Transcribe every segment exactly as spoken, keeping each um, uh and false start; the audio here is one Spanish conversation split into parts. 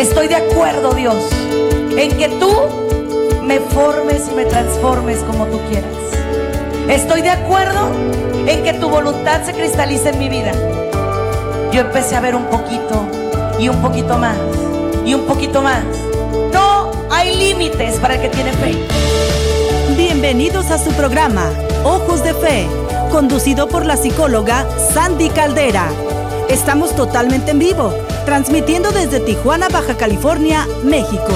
Estoy de acuerdo, Dios, en que tú me formes y me transformes como tú quieras. Estoy de acuerdo en que tu voluntad se cristalice en mi vida. Yo empecé a ver un poquito y un poquito más y un poquito más. No hay límites para el que tiene fe. Bienvenidos a su programa Ojos de Fe, conducido por la psicóloga Sandy Caldera. Estamos totalmente en vivo, transmitiendo desde Tijuana, Baja California, México.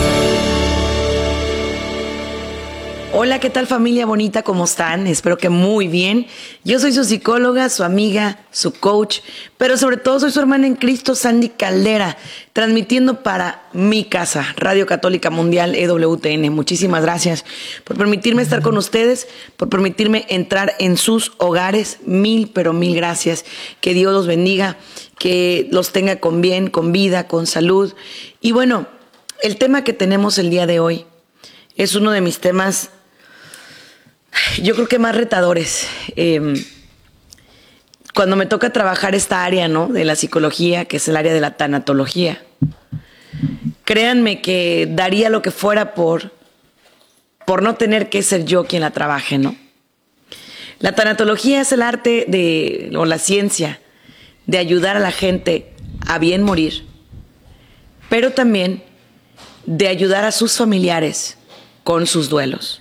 Hola, ¿qué tal, familia bonita? ¿Cómo están? Espero que muy bien. Yo soy su psicóloga, su amiga, su coach, pero sobre todo soy su hermana en Cristo, Sandy Caldera, transmitiendo para mi casa, Radio Católica Mundial, E W T N. Muchísimas gracias por permitirme estar con ustedes, por permitirme entrar en sus hogares. Mil, pero mil gracias. Que Dios los bendiga, que los tenga con bien, con vida, con salud. Y bueno, el tema que tenemos el día de hoy es uno de mis temas, yo creo que más retadores. Eh, cuando me toca trabajar esta área, ¿no?, de la psicología, que es el área de la tanatología, créanme que daría lo que fuera por, por no tener que ser yo quien la trabaje, ¿no? La tanatología es el arte de, o la ciencia de ayudar a la gente a bien morir, pero también de ayudar a sus familiares con sus duelos.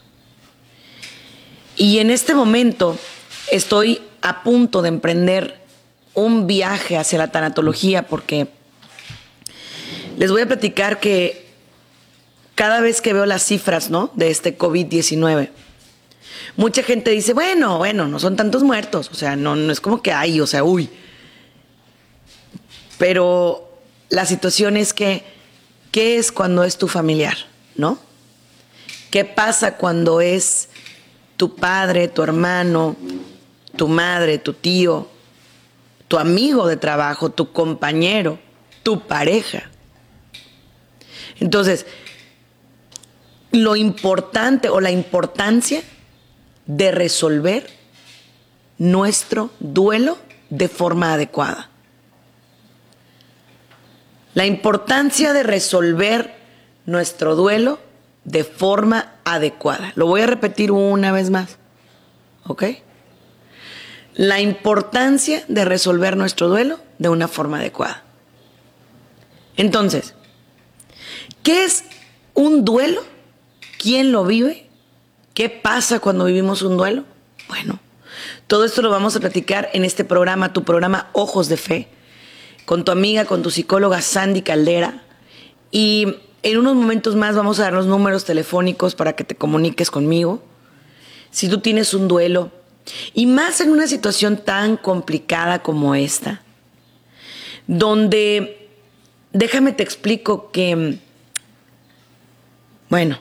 Y en este momento estoy a punto de emprender un viaje hacia la tanatología, porque les voy a platicar que cada vez que veo las cifras, ¿no?, de este COVID diecinueve, mucha gente dice, bueno, bueno, no son tantos muertos, o sea, no, no es como que hay, o sea, uy. Pero la situación es que, ¿qué es cuando es tu familiar, no? ¿Qué pasa cuando es tu padre, tu hermano, tu madre, tu tío, tu amigo de trabajo, tu compañero, tu pareja? Entonces, lo importante o la importancia de resolver nuestro duelo de forma adecuada. La importancia de resolver nuestro duelo de forma adecuada. Lo voy a repetir una vez más, ¿ok? La importancia de resolver nuestro duelo de una forma adecuada. Entonces, ¿qué es un duelo? ¿Quién lo vive? ¿Qué pasa cuando vivimos un duelo? Bueno, todo esto lo vamos a platicar en este programa, tu programa Ojos de Fe, con tu amiga, con tu psicóloga Sandy Caldera. Y en unos momentos más vamos a dar los números telefónicos para que te comuniques conmigo. Si tú tienes un duelo, y más en una situación tan complicada como esta, donde, déjame te explico que, bueno,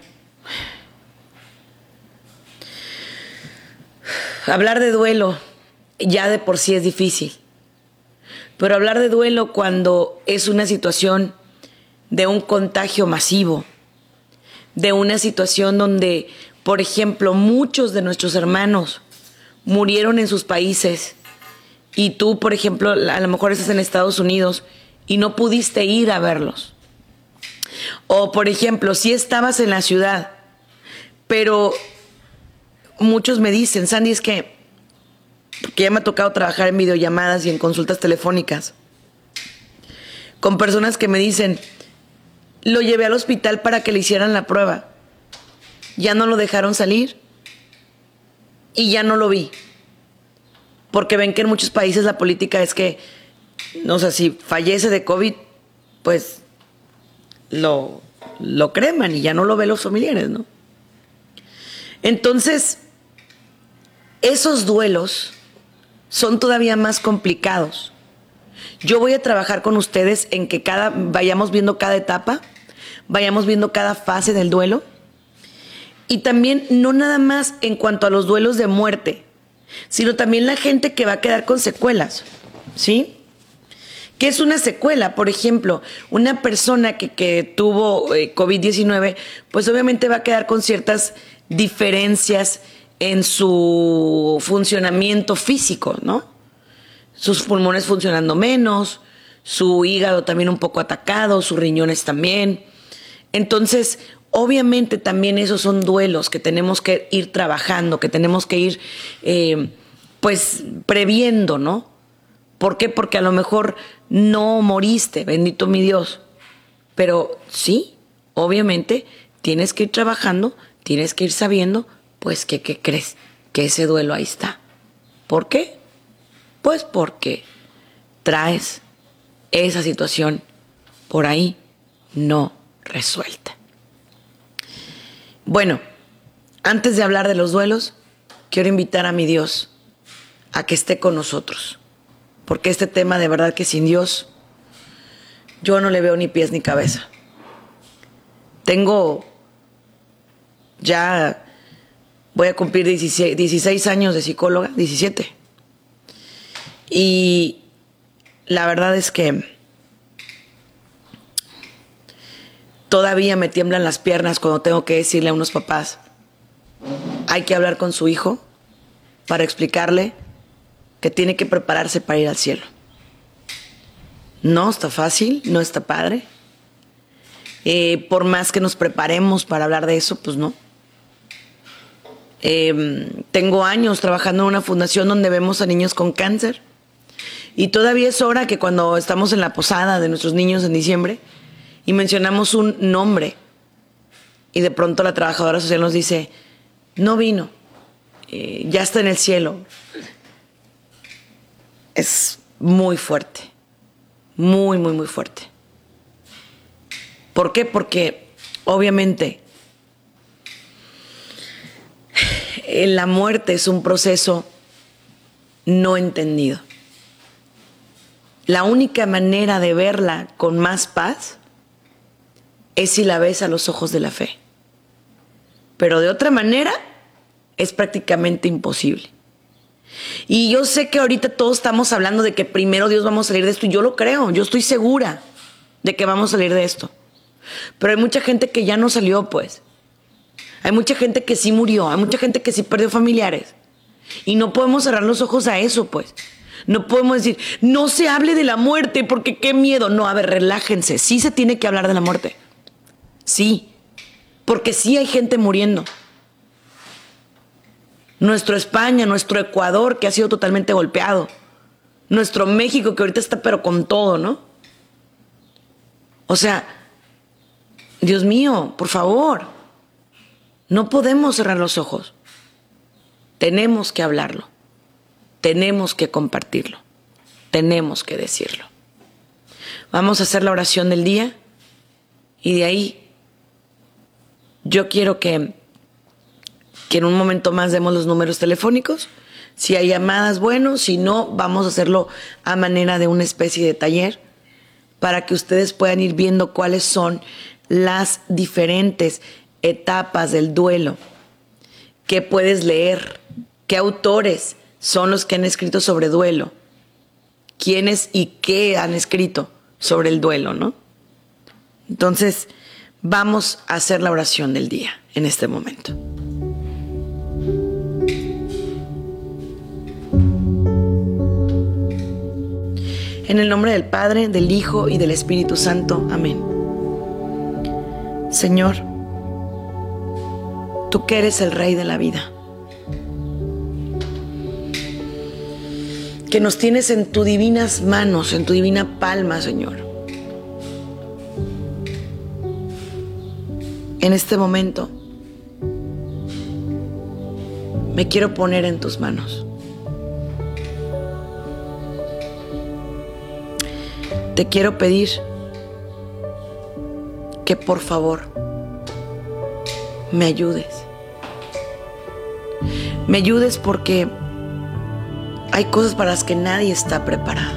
hablar de duelo ya de por sí es difícil, pero hablar de duelo cuando es una situación de un contagio masivo, de una situación donde, por ejemplo, muchos de nuestros hermanos murieron en sus países y tú, por ejemplo, a lo mejor estás en Estados Unidos y no pudiste ir a verlos. O, por ejemplo, si estabas en la ciudad, pero muchos me dicen, Sandy, es que, porque ya me ha tocado trabajar en videollamadas y en consultas telefónicas con personas que me dicen, lo llevé al hospital para que le hicieran la prueba, ya no lo dejaron salir y ya no lo vi, porque ven que en muchos países la política es que, no sé, si fallece de COVID, pues lo, lo creman y ya no lo ven los familiares, ¿no? Entonces, esos duelos son todavía más complicados. Yo voy a trabajar con ustedes en que cada, vayamos viendo cada etapa, vayamos viendo cada fase del duelo, y también no nada más en cuanto a los duelos de muerte, sino también la gente que va a quedar con secuelas, ¿sí? ¿Qué es una secuela? Por ejemplo, una persona que, que tuvo eh, COVID diecinueve, pues obviamente va a quedar con ciertas diferencias en su funcionamiento físico, ¿no? Sus pulmones funcionando menos, su hígado también un poco atacado, sus riñones también. Entonces, obviamente también esos son duelos que tenemos que ir trabajando, que tenemos que ir eh, pues previendo, ¿no? ¿Por qué? Porque a lo mejor no moriste, bendito mi Dios. Pero sí, obviamente tienes que ir trabajando, tienes que ir sabiendo, pues que, ¿qué crees? Que ese duelo ahí está. ¿Por qué? Pues porque traes esa situación por ahí no resuelta. Bueno, antes de hablar de los duelos, quiero invitar a mi Dios a que esté con nosotros. Porque este tema, de verdad que sin Dios, yo no le veo ni pies ni cabeza. Tengo ya, voy a cumplir dieciséis, dieciséis años de psicóloga, diecisiete. Y la verdad es que todavía me tiemblan las piernas cuando tengo que decirle a unos papás, hay que hablar con su hijo para explicarle que tiene que prepararse para ir al cielo. No está fácil, no está padre. Eh, por más que nos preparemos para hablar de eso, pues no. Eh, tengo años trabajando en una fundación donde vemos a niños con cáncer. Y todavía es hora que cuando estamos en la posada de nuestros niños en diciembre y mencionamos un nombre y de pronto la trabajadora social nos dice, no vino, eh, ya está en el cielo. Es muy fuerte, muy, muy, muy fuerte. ¿Por qué? Porque obviamente la muerte es un proceso no entendido. La única manera de verla con más paz es si la ves a los ojos de la fe. Pero de otra manera es prácticamente imposible. Y yo sé que ahorita todos estamos hablando de que primero Dios vamos a salir de esto, y yo lo creo, yo estoy segura de que vamos a salir de esto. Pero hay mucha gente que ya no salió, pues. Hay mucha gente que sí murió, hay mucha gente que sí perdió familiares. Y no podemos cerrar los ojos a eso, pues. No podemos decir, no se hable de la muerte porque qué miedo. No, a ver, relájense. Sí se tiene que hablar de la muerte. Sí, porque sí hay gente muriendo. Nuestro España, nuestro Ecuador, que ha sido totalmente golpeado. Nuestro México, que ahorita está pero con todo, ¿no? O sea, Dios mío, por favor, no podemos cerrar los ojos. Tenemos que hablarlo. Tenemos que compartirlo. Tenemos que decirlo. Vamos a hacer la oración del día y de ahí yo quiero que, que en un momento más demos los números telefónicos. Si hay llamadas, bueno, si no, vamos a hacerlo a manera de una especie de taller para que ustedes puedan ir viendo cuáles son las diferentes etapas del duelo, qué puedes leer, qué autores son los que han escrito sobre duelo, quiénes y qué han escrito sobre el duelo, ¿no? Entonces, vamos a hacer la oración del día en este momento. En el nombre del Padre, del Hijo y del Espíritu Santo. Amén. Señor, tú que eres el Rey de la vida, que nos tienes en tus divinas manos, en tu divina palma, Señor. En este momento, me quiero poner en tus manos. Te quiero pedir que por favor me ayudes. Me ayudes porque hay cosas para las que nadie está preparado.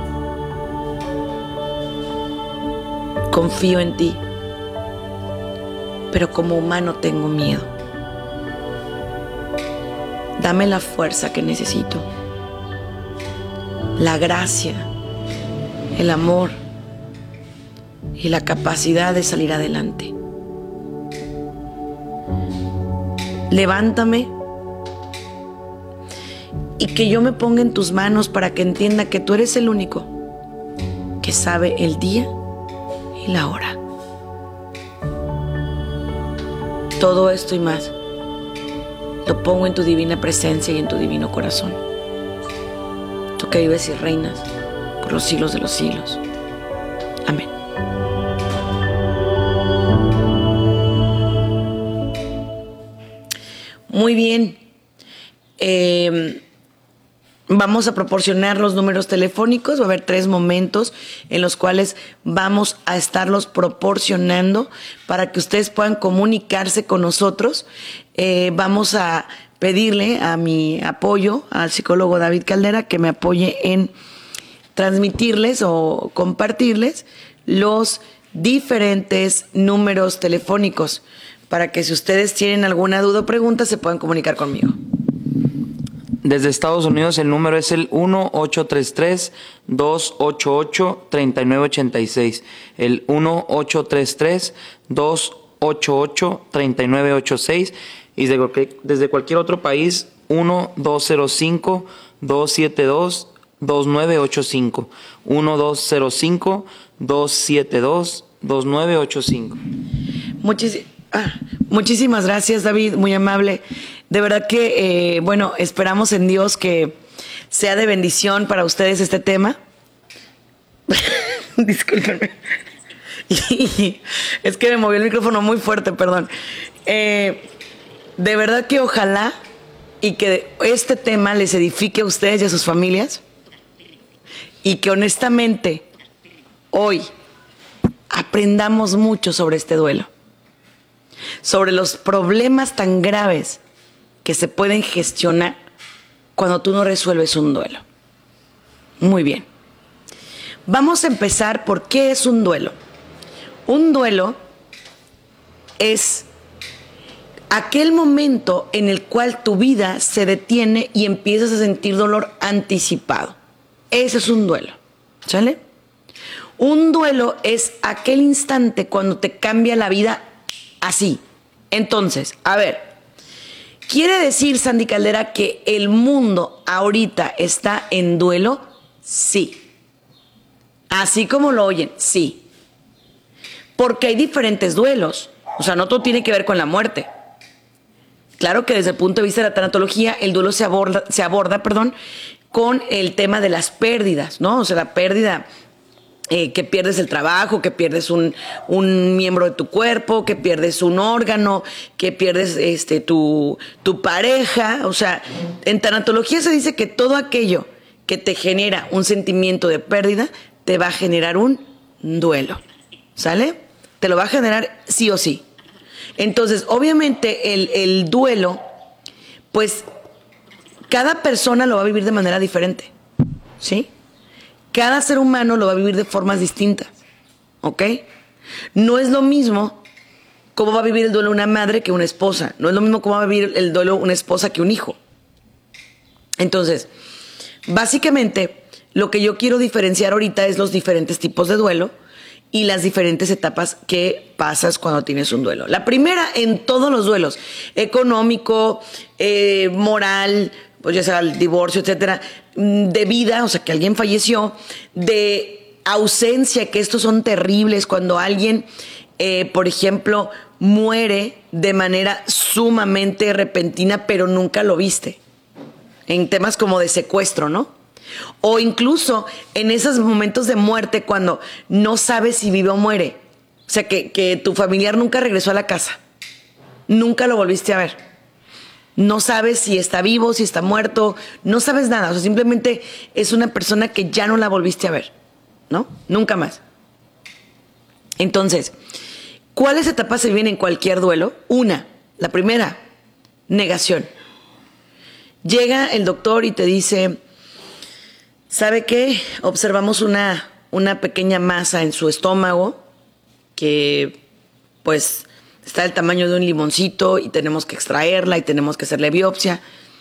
Confío en ti, pero como humano tengo miedo. Dame la fuerza que necesito, la gracia, el amor y la capacidad de salir adelante. Levántame y que yo me ponga en tus manos para que entienda que tú eres el único que sabe el día y la hora. Todo esto y más lo pongo en tu divina presencia y en tu divino corazón. Tú que vives y reinas por los siglos de los siglos. Amén. Muy bien. Eh, vamos a proporcionar los números telefónicos. Va a haber tres momentos en los cuales vamos a estarlos proporcionando para que ustedes puedan comunicarse con nosotros. Eh, vamos a pedirle a mi apoyo, al psicólogo David Caldera, que me apoye en transmitirles o compartirles los diferentes números telefónicos para que si ustedes tienen alguna duda o pregunta se puedan comunicar conmigo. Desde Estados Unidos el número es el uno ocho tres tres, dos ocho ocho, tres nueve ocho seis. El uno ocho tres tres, dos ocho ocho, tres nueve ocho seis. Y desde, desde cualquier otro país, uno dos cero cinco, dos siete dos, dos nueve ocho cinco. uno dos cero cinco, dos siete dos, dos nueve ocho cinco. Muchísimas Ah, muchísimas gracias, David, muy amable. De verdad que, eh, bueno, esperamos en Dios que sea de bendición para ustedes este tema. Discúlpenme. Es que me movió el micrófono muy fuerte, perdón. Eh, de verdad que ojalá y que este tema les edifique a ustedes y a sus familias y que honestamente hoy aprendamos mucho sobre este duelo. Sobre los problemas tan graves que se pueden gestionar cuando tú no resuelves un duelo. Muy bien. Vamos a empezar por qué es un duelo. Un duelo es aquel momento en el cual tu vida se detiene y empiezas a sentir dolor anticipado. Ese es un duelo. ¿Sale? Un duelo es aquel instante cuando te cambia la vida así. Entonces, a ver, ¿quiere decir, Sandy Caldera, que el mundo ahorita está en duelo? Sí. Así como lo oyen, sí. Porque hay diferentes duelos. O sea, no todo tiene que ver con la muerte. Claro que desde el punto de vista de la tanatología, el duelo se aborda, se aborda, perdón, con el tema de las pérdidas, ¿no? O sea, la pérdida... Eh, que pierdes el trabajo, que pierdes un, un miembro de tu cuerpo, que pierdes un órgano, que pierdes este, tu, tu pareja. O sea, en tanatología se dice que todo aquello que te genera un sentimiento de pérdida te va a generar un duelo. ¿Sale? Te lo va a generar sí o sí. Entonces, obviamente, el, el duelo, pues, cada persona lo va a vivir de manera diferente. ¿Sí? Cada ser humano lo va a vivir de formas distintas, ¿ok? No es lo mismo cómo va a vivir el duelo una madre que una esposa. No es lo mismo cómo va a vivir el duelo una esposa que un hijo. Entonces, básicamente, lo que yo quiero diferenciar ahorita es los diferentes tipos de duelo y las diferentes etapas que pasas cuando tienes un duelo. La primera en todos los duelos, económico, eh, moral, pues ya sea el divorcio, etcétera, de vida, o sea, que alguien falleció, de ausencia, que estos son terribles, cuando alguien, eh, por ejemplo, muere de manera sumamente repentina, pero nunca lo viste, en temas como de secuestro, ¿no? O incluso en esos momentos de muerte cuando no sabes si vive o muere, o sea, que, que tu familiar nunca regresó a la casa, nunca lo volviste a ver. No sabes si está vivo, si está muerto, no sabes nada. O sea, simplemente es una persona que ya no la volviste a ver, ¿no? Nunca más. Entonces, ¿cuáles etapas se viven en cualquier duelo? Una, la primera, negación. Llega el doctor y te dice, ¿sabe qué? Observamos una, una pequeña masa en su estómago que, pues... está del tamaño de un limoncito y tenemos que extraerla y tenemos que hacerle biopsia.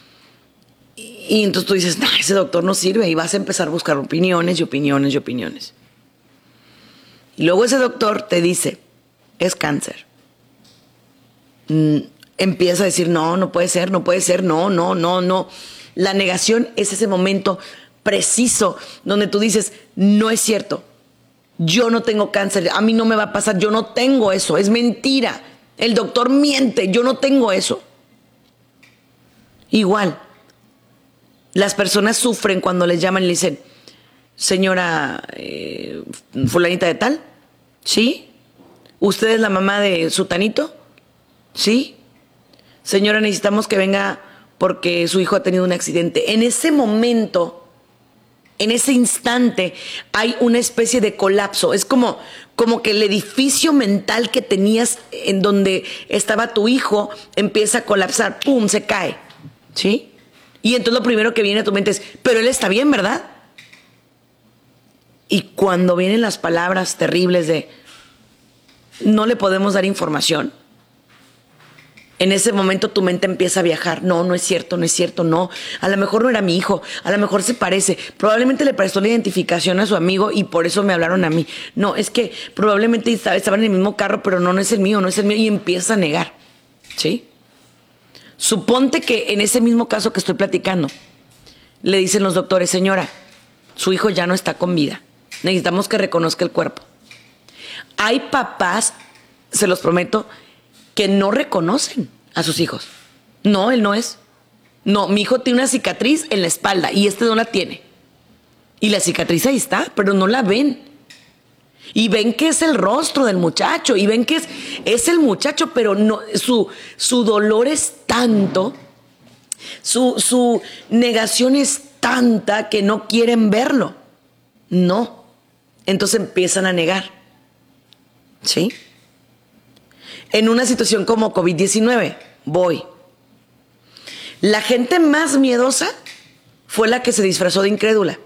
Y, y entonces tú dices, nah, ese doctor no sirve, y vas a empezar a buscar opiniones y opiniones y opiniones. Y luego ese doctor te dice, es cáncer. Mm, empieza a decir, no, no puede ser, no puede ser, no, no, no, no. La negación es ese momento preciso donde tú dices, no es cierto, Yo no tengo cáncer, a mí no me va a pasar, yo no tengo eso, es mentira. El doctor miente, yo no tengo eso. Igual, las personas sufren cuando les llaman y le dicen, señora eh, fulanita de tal, ¿sí? ¿Usted es la mamá de sutanito? ¿Sí? Señora, necesitamos que venga porque su hijo ha tenido un accidente. En ese momento... En ese instante hay una especie de colapso. Es como, como que el edificio mental que tenías en donde estaba tu hijo empieza a colapsar. ¡Pum! Se cae. ¿Sí? Y entonces lo primero que viene a tu mente es, pero él está bien, ¿verdad? Y cuando vienen las palabras terribles de, no le podemos dar información, en ese momento tu mente empieza a viajar. No, no es cierto, no es cierto, no. A lo mejor no era mi hijo, a lo mejor se parece. Probablemente le prestó la identificación a su amigo y por eso me hablaron a mí. No, es que probablemente estaban en el mismo carro, pero no, no es el mío, no es el mío. Y empieza a negar, ¿sí? Suponte que en ese mismo caso que estoy platicando, le dicen los doctores, señora, su hijo ya no está con vida. Necesitamos que reconozca el cuerpo. Hay papás, se los prometo, que no reconocen a sus hijos. No, él no es. No, mi hijo tiene una cicatriz en la espalda y este no la tiene. Y la cicatriz ahí está, pero no la ven. Y ven que es el rostro del muchacho y ven que es, es el muchacho, pero no, su, su dolor es tanto, su, su negación es tanta que no quieren verlo. No. Entonces empiezan a negar. ¿Sí? En una situación como COVID diecinueve, voy. La gente más miedosa fue la que se disfrazó de incrédula.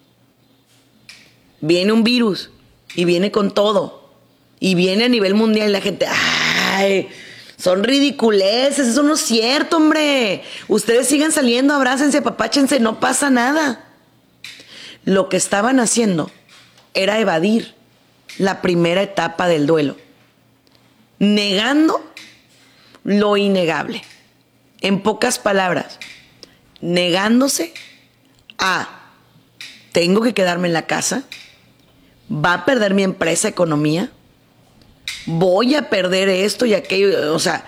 Viene un virus y viene con todo. Y viene a nivel mundial y la gente, ¡ay! Son ridiculeces, eso no es cierto, hombre. Ustedes sigan saliendo, abrácense, apapáchense, no pasa nada. Lo que estaban haciendo era evadir la primera etapa del duelo. Negando lo innegable. En pocas palabras, negándose a tengo que quedarme en la casa, va a perder mi empresa, economía, voy a perder esto y aquello. O sea,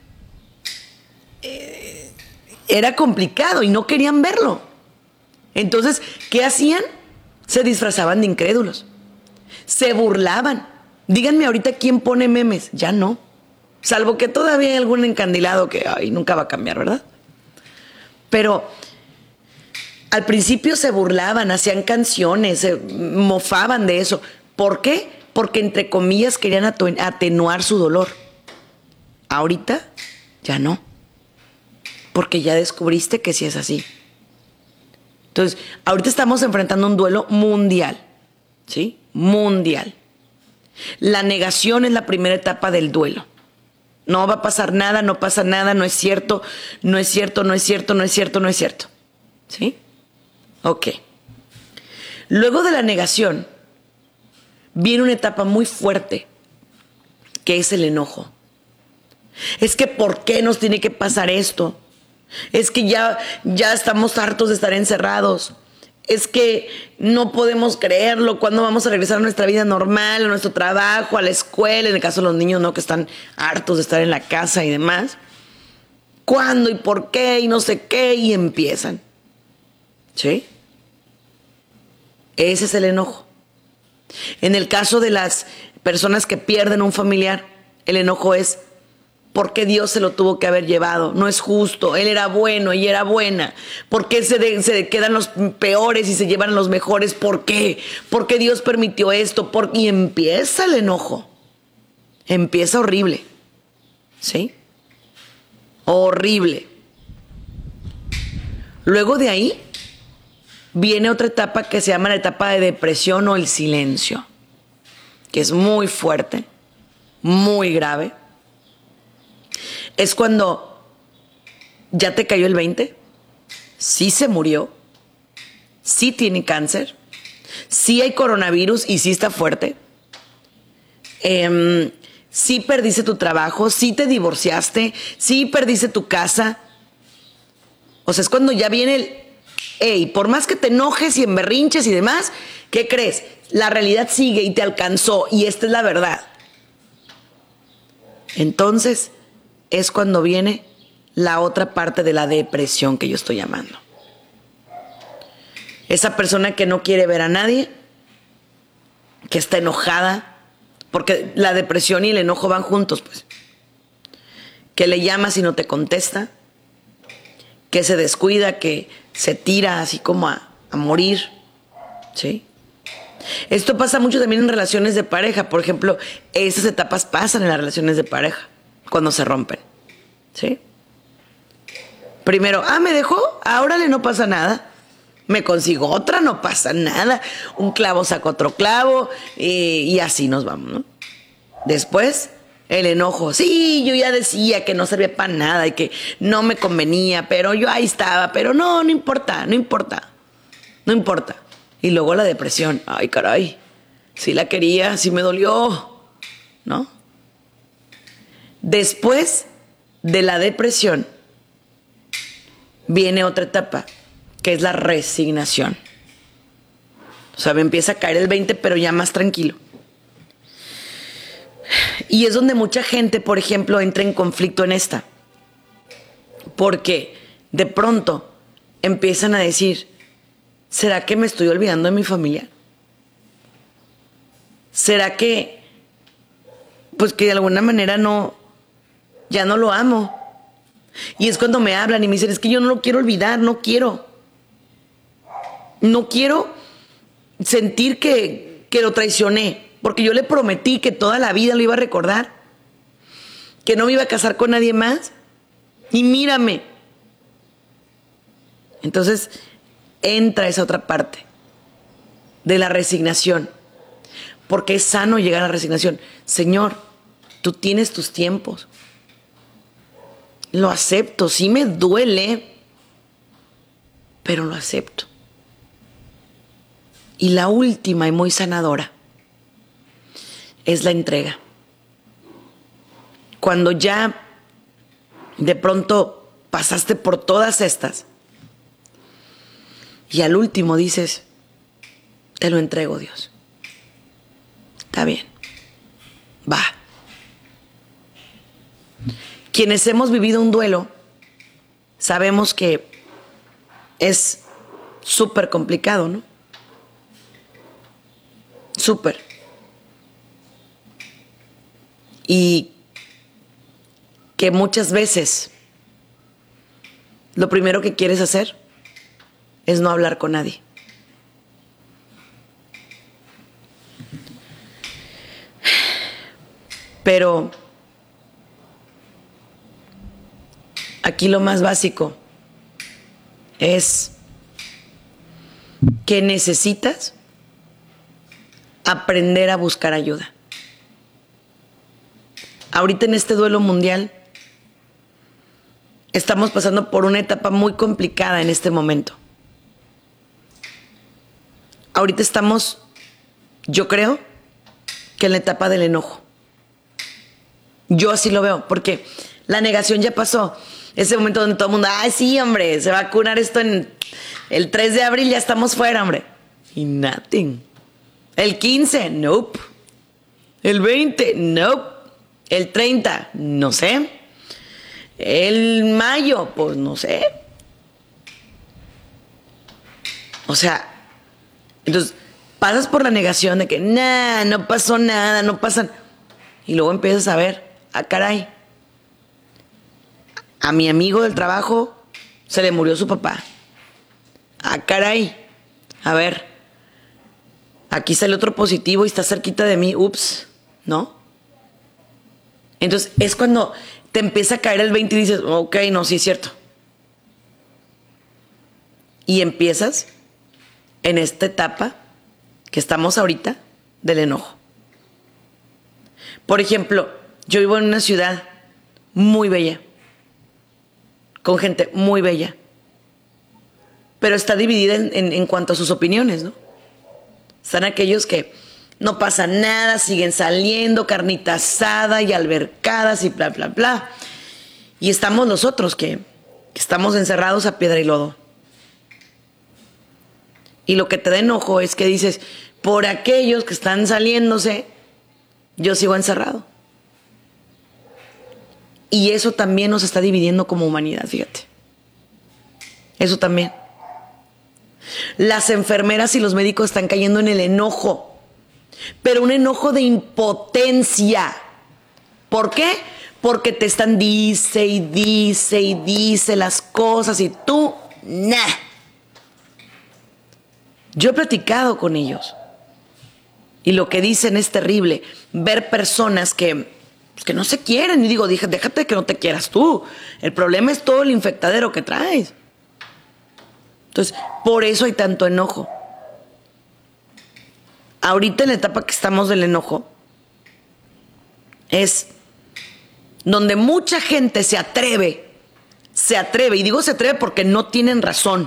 eh, era complicado y no querían verlo. Entonces, ¿qué hacían? Se disfrazaban de incrédulos, se burlaban. Díganme ahorita quién pone memes. Ya no. Salvo que todavía hay algún encandilado que ay, nunca va a cambiar, ¿verdad? Pero al principio se burlaban, hacían canciones, se mofaban de eso. ¿Por qué? Porque entre comillas querían atenuar su dolor. Ahorita ya no. Porque ya descubriste que sí es así. Entonces, ahorita estamos enfrentando un duelo mundial. ¿Sí? Mundial. La negación es la primera etapa del duelo. No va a pasar nada, no pasa nada, no es cierto, no es cierto, no es cierto, no es cierto, no es cierto. ¿Sí? Ok. Luego de la negación, viene una etapa muy fuerte, que es el enojo. Es que ¿por qué nos tiene que pasar esto? Es que ya, ya estamos hartos de estar encerrados. Es que no podemos creerlo. ¿Cuándo vamos a regresar a nuestra vida normal, a nuestro trabajo, a la escuela? En el caso de los niños, ¿no? Que están hartos de estar en la casa y demás. ¿Cuándo y por qué? Y no sé qué. Y empiezan. ¿Sí? Ese es el enojo. En el caso de las personas que pierden un familiar, el enojo es ¿por qué Dios se lo tuvo que haber llevado? No es justo. Él era bueno, ella era buena. ¿Por qué se, de, se quedan los peores y se llevan los mejores? ¿Por qué? ¿Por qué Dios permitió esto? ¿Por? Y empieza el enojo. Empieza horrible. ¿Sí? Horrible. Luego de ahí viene otra etapa que se llama la etapa de depresión o el silencio, que es muy fuerte, muy grave. Es cuando ya te cayó el veinte, sí se murió, sí tiene cáncer, sí hay coronavirus y sí está fuerte, eh, sí perdiste tu trabajo, sí te divorciaste, sí perdiste tu casa. O sea, es cuando ya viene el, hey, por más que te enojes y emberrinches y demás, ¿Qué crees? La realidad sigue y te alcanzó y esta es la verdad. Entonces es cuando viene la otra parte de la depresión que yo estoy llamando. Esa persona que no quiere ver a nadie, que está enojada, porque la depresión y el enojo van juntos, pues. Que le llamas y no te contesta, que se descuida, que se tira así como a, a morir, ¿sí? Esto pasa mucho también en relaciones de pareja. Por ejemplo, esas etapas pasan en las relaciones de pareja, cuando se rompen, ¿sí? Primero, ah, me dejó, ahora le no pasa nada. Me consigo otra, no pasa nada. Un clavo saca otro clavo y, y así nos vamos, ¿no? Después, el enojo. Sí, yo ya decía que no servía para nada y que no me convenía, pero yo ahí estaba. Pero no, no importa, no importa. No importa. Y luego la depresión. Ay, caray. Sí la quería, sí me dolió, ¿no? Después de la depresión, viene otra etapa, que es la resignación. O sea, me empieza a caer el veinte, pero ya más tranquilo. Y es donde mucha gente, por ejemplo, entra en conflicto en esta. Porque de pronto empiezan a decir, ¿será que me estoy olvidando de mi familia? ¿Será que, pues que de alguna manera no, ya no lo amo? Y es cuando me hablan y me dicen, es que yo no lo quiero olvidar, no quiero. No quiero sentir que, que lo traicioné, porque yo le prometí que toda la vida lo iba a recordar, que no me iba a casar con nadie más, y mírame. Entonces entra esa otra parte de la resignación, porque es sano llegar a la resignación. Señor, tú tienes tus tiempos. Lo acepto, sí me duele, pero lo acepto. Y la última y muy sanadora es la entrega. Cuando ya de pronto pasaste por todas estas y al último dices, te lo entrego, Dios. Está bien, va. Quienes hemos vivido un duelo, sabemos que es súper complicado, ¿no? Súper. Y que muchas veces lo primero que quieres hacer es no hablar con nadie. Pero aquí lo más básico es que necesitas aprender a buscar ayuda. Ahorita en este duelo mundial estamos pasando por una etapa muy complicada en este momento. Ahorita estamos, yo creo, que en la etapa del enojo. Yo así lo veo, porque la negación ya pasó. Ese momento donde todo el mundo, ay, sí, hombre, se va a curar esto en el tres de abril, ya estamos fuera, hombre. Y nothing. El quince, nope. El veinte, nope. El treinta, no sé. El mayo, pues no sé. O sea, entonces pasas por la negación de que, nah, no pasó nada, no pasan. Y luego empiezas a ver, ah, caray. A mi amigo del trabajo se le murió su papá. Ah, caray. A ver, aquí sale otro positivo y está cerquita de mí. Ups, ¿no? Entonces es cuando te empieza a caer el veinte y dices, ok, no, sí es cierto. Y empiezas en esta etapa que estamos ahorita del enojo. Por ejemplo, yo vivo en una ciudad muy bella, con gente muy bella, pero está dividida en, en, en cuanto a sus opiniones, ¿no? Están aquellos que no pasa nada, siguen saliendo, carnita asada y albercadas y bla, bla, bla. Y estamos nosotros que, que estamos encerrados a piedra y lodo. Y lo que te da enojo es que dices, por aquellos que están saliéndose, yo sigo encerrado. Y eso también nos está dividiendo como humanidad, fíjate. Eso también. Las enfermeras y los médicos están cayendo en el enojo, pero un enojo de impotencia. ¿Por qué? Porque te están dice y dice y dice las cosas y tú, nah. Yo he platicado con ellos y lo que dicen es terrible. Ver personas que, pues, que no se quieren. Y digo, déjate que no te quieras tú. El problema es todo el infectadero que traes. Entonces, por eso hay tanto enojo. Ahorita en la etapa que estamos del enojo es donde mucha gente se atreve, se atreve, y digo se atreve porque no tienen razón,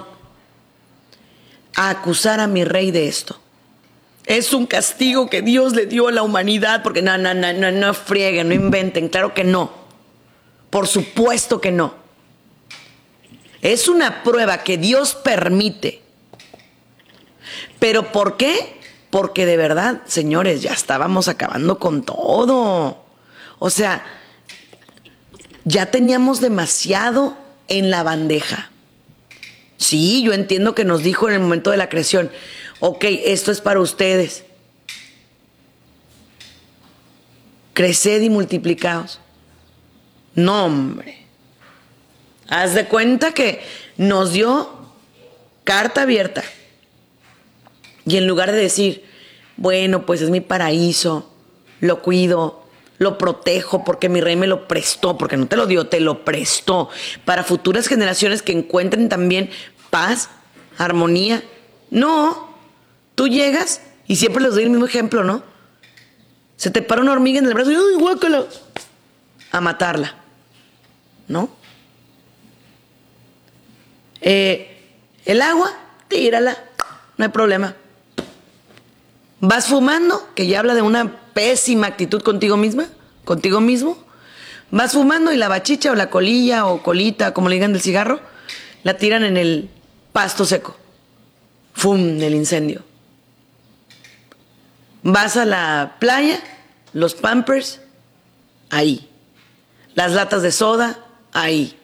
a acusar a mi rey de esto. Es un castigo que Dios le dio a la humanidad, porque no, no, no, no, no frieguen, no inventen, claro que no. Por supuesto que no. Es una prueba que Dios permite. ¿Pero por qué? Porque de verdad, señores, ya estábamos acabando con todo. O sea, ya teníamos demasiado en la bandeja. Sí, yo entiendo que nos dijo en el momento de la creación, ok, esto es para ustedes. Creced y multiplicaos. No, hombre. Haz de cuenta que nos dio carta abierta. Y en lugar de decir, bueno, pues es mi paraíso, lo cuido, lo protejo porque mi rey me lo prestó, porque no te lo dio, te lo prestó, para futuras generaciones que encuentren también paz, armonía. No, tú llegas y siempre les doy el mismo ejemplo, ¿no? Se te para una hormiga en el brazo y ¡ay, guácala! A matarla, ¿no? Eh, el agua, tírala, no hay problema. Vas fumando, que ya habla de una pésima actitud contigo misma, contigo mismo. Vas fumando y la bachicha o la colilla o colita, como le digan del cigarro, la tiran en el pasto seco. ¡Fum! El incendio. Vas a la playa, los Pampers, ahí. Las latas de soda, ahí.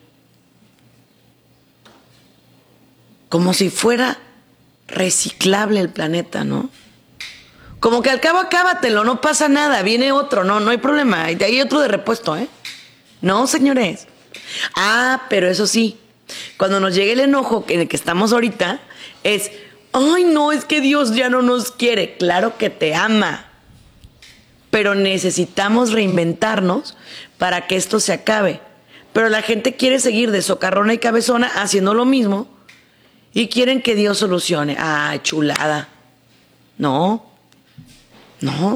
Como si fuera reciclable el planeta, ¿no? Como que al cabo acábatelo, no pasa nada, viene otro, no, no hay problema, hay otro de repuesto, ¿eh? No, señores. Ah, pero eso sí, cuando nos llegue el enojo en el que estamos ahorita, es, ay, no, es que Dios ya no nos quiere. Claro que te ama, pero necesitamos reinventarnos para que esto se acabe. Pero la gente quiere seguir de socarrona y cabezona haciendo lo mismo y quieren que Dios solucione. Ah, chulada. No. No.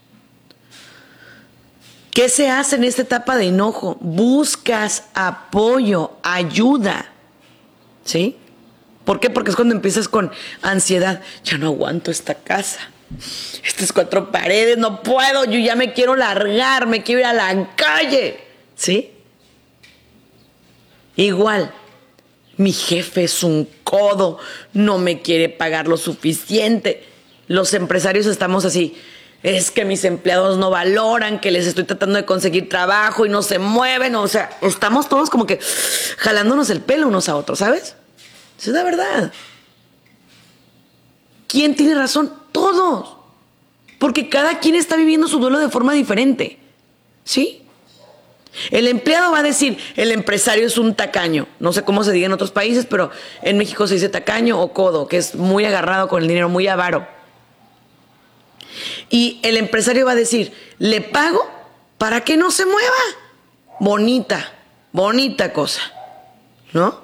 ¿Qué se hace en esta etapa de enojo? Buscas apoyo, ayuda. ¿Sí? ¿Por qué? Porque es cuando empiezas con ansiedad. Ya no aguanto esta casa. Estas cuatro paredes, no puedo. Yo ya me quiero largar, me quiero ir a la calle. ¿Sí? Igual. Mi jefe es un codo. No me quiere pagar lo suficiente. Los empresarios estamos así, es que mis empleados no valoran, que les estoy tratando de conseguir trabajo y no se mueven, o sea, estamos todos como que jalándonos el pelo unos a otros, ¿sabes? Esa es la verdad. ¿Quién tiene razón? Todos. Porque cada quien está viviendo su duelo de forma diferente, ¿sí? El empleado va a decir, el empresario es un tacaño. No sé cómo se diga en otros países, pero en México se dice tacaño o codo, que es muy agarrado con el dinero, muy avaro. Y el empresario va a decir, le pago para que no se mueva. Bonita, bonita cosa, ¿no?